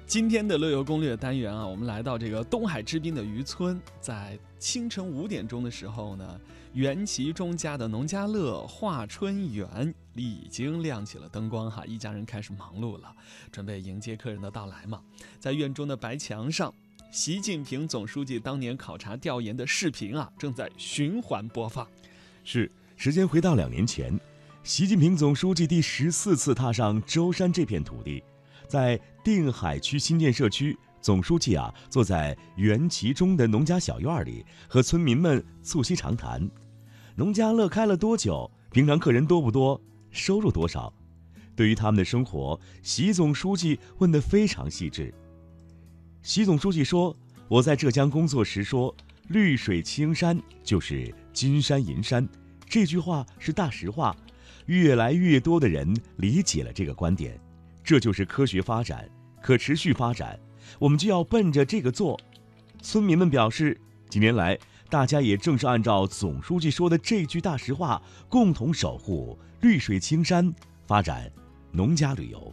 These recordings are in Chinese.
今天的乐游攻略单元啊，我们来到这个东海之滨的渔村，在清晨5点钟的时候呢，袁其中家的农家乐华春园已经亮起了灯光哈，一家人开始忙碌了，准备迎接客人的到来嘛。在院中的白墙上，习近平总书记当年考察调研的视频啊，正在循环播放。 是，时间回到2年前，习近平总书记第14次踏上舟山这片土地。在定海区新建社区，总书记坐在袁其中的农家小院里，和村民们促膝长谈。农家乐开了多久？平常客人多不多？收入多少？对于他们的生活，习总书记问得非常细致。习总书记说：“我在浙江工作时说，绿水青山就是金山银山，这句话是大实话。越来越多的人理解了这个观点。”这就是科学发展、可持续发展，我们就要奔着这个做。村民们表示，几年来，大家也正是按照总书记说的这句大实话，共同守护绿水青山，发展农家旅游。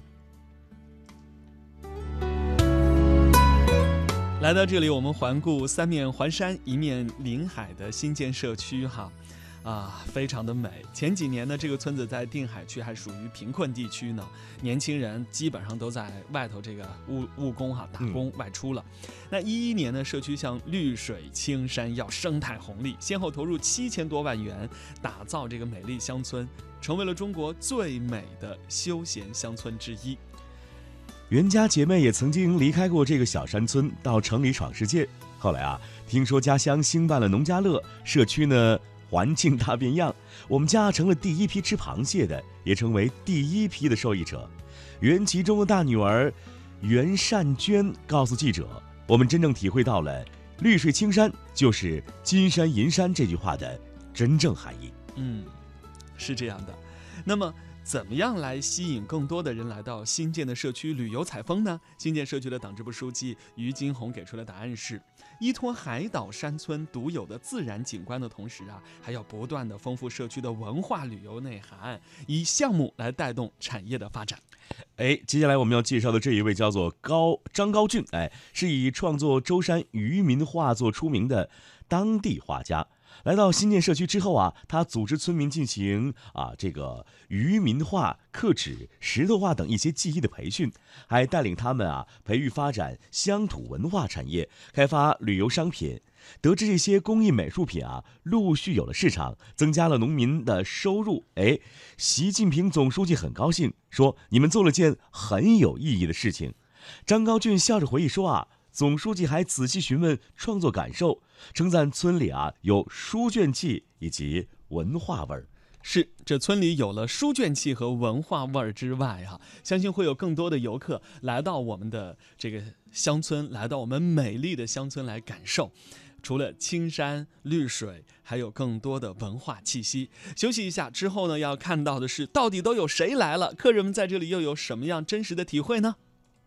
来到这里，我们环顾3面环山、1面临海的新建社区哈。非常的美。前几年呢，这个村子在定海区还属于贫困地区呢，年轻人基本上都在外头这个务工打工外出了。那11年呢，社区向绿水青山要生态红利，先后投入7000多万元，打造这个美丽乡村，成为了中国最美的休闲乡村之一。 袁家姐妹也曾经离开过这个小山村，到城里闯世界。后来听说家乡兴办了农家乐，社区呢环境大变样，我们家成了第一批吃螃蟹的，也成为第一批的受益者。袁其中的大女儿袁善娟告诉记者，我们真正体会到了绿水青山就是金山银山这句话的真正含义。 是这样的。那么怎么样来吸引更多的人来到新建的社区旅游采风呢？新建社区的党支部书记于金红给出的答案是，依托海岛山村独有的自然景观的同时还要不断的丰富社区的文化旅游内涵，以项目来带动产业的发展。 接下来我们要介绍的这一位叫做张高俊，是以创作舟山渔民画作出名的当地画家。来到新建社区之后他组织村民进行这个渔民画、刻纸、石头画等一些技艺的培训，还带领他们培育发展乡土文化产业，开发旅游商品。得知这些工艺美术品陆续有了市场，增加了农民的收入。习近平总书记很高兴，说你们做了件很有意义的事情。张高俊笑着回忆说总书记还仔细询问创作感受，称赞村里有书卷气以及文化味儿。 是，这村里有了书卷气和文化味儿之外相信会有更多的游客来到我们的这个乡村，来到我们美丽的乡村来感受。除了青山绿水，还有更多的文化气息。休息一下之后呢，要看到的是到底都有谁来了，客人们在这里又有什么样真实的体会呢？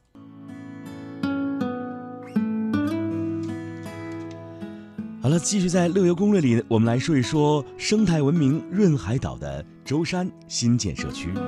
好了，继续在乐游攻略里，我们来说一说生态文明润海岛的舟山新建社区。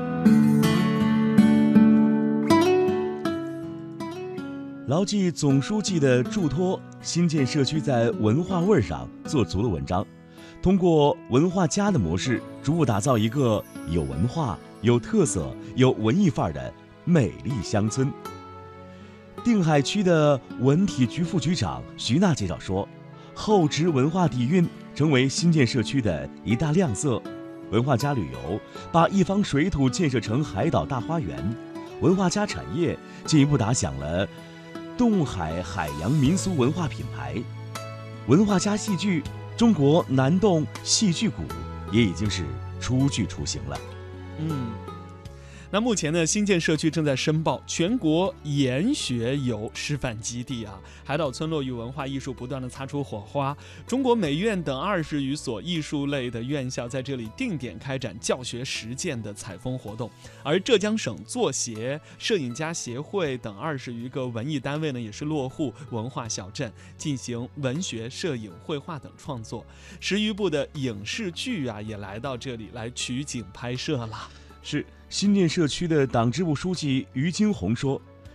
牢记总书记的嘱托，新建社区在文化味上做足了文章，通过文化家的模式，逐步打造一个有文化、有特色、有文艺范儿的美丽乡村。定海区的文体局副局长徐娜介绍说，厚植文化底蕴成为新建社区的一大亮色。文化家旅游把一方水土建设成海岛大花园，文化家产业进一步打响了东海海洋民俗文化品牌。文化家戏剧中国南洞戏剧谷也已经是初具雏形了。 那目前呢，新建社区正在申报全国研学游示范基地海岛村落与文化艺术不断的擦出火花。中国美院等20余所艺术类的院校在这里定点开展教学实践的采风活动，而浙江省作协、摄影家协会等20余个文艺单位呢，也是落户文化小镇，进行文学、摄影、绘画等创作。10余部的影视剧也来到这里来取景拍摄了。 是新建社区的党支部书记于金红说，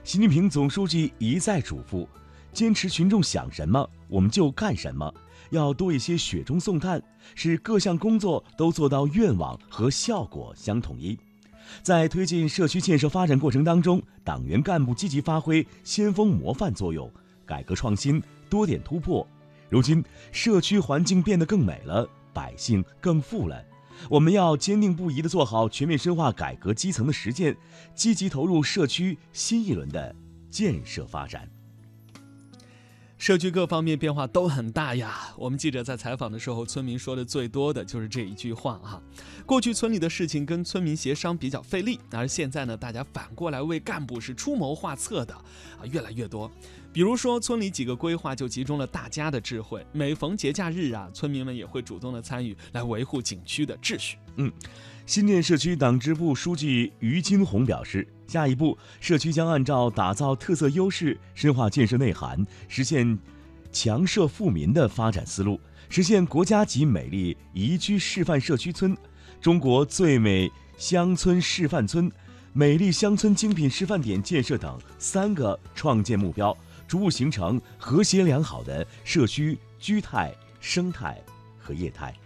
习近平总书记一再嘱咐，坚持群众想什么我们就干什么，要多一些雪中送炭，使各项工作都做到愿望和效果相统一。在推进社区建设发展过程当中，党员干部积极发挥先锋模范作用，改革创新，多点突破。如今社区环境变得更美了，百姓更富了，我们要坚定不移地做好全面深化改革基层的实践，积极投入社区新一轮的建设发展。 社区各方面变化都很大呀。我们记者在采访的时候，村民说的最多的就是这一句话啊。过去村里的事情跟村民协商比较费力，而现在呢，大家反过来为干部是出谋划策的越来越多。比如说村里几个规划就集中了大家的智慧，每逢节假日村民们也会主动的参与，来维护景区的秩序。 新建社区党支部书记于金红表示，下一步社区将按照打造特色优势、深化建设内涵，实现强社富民的发展思路，实现国家级美丽宜居示范社区村、中国最美乡村示范村、美丽乡村精品示范点建设等3个创建目标，逐步形成和谐良好的社区居态、生态和业态。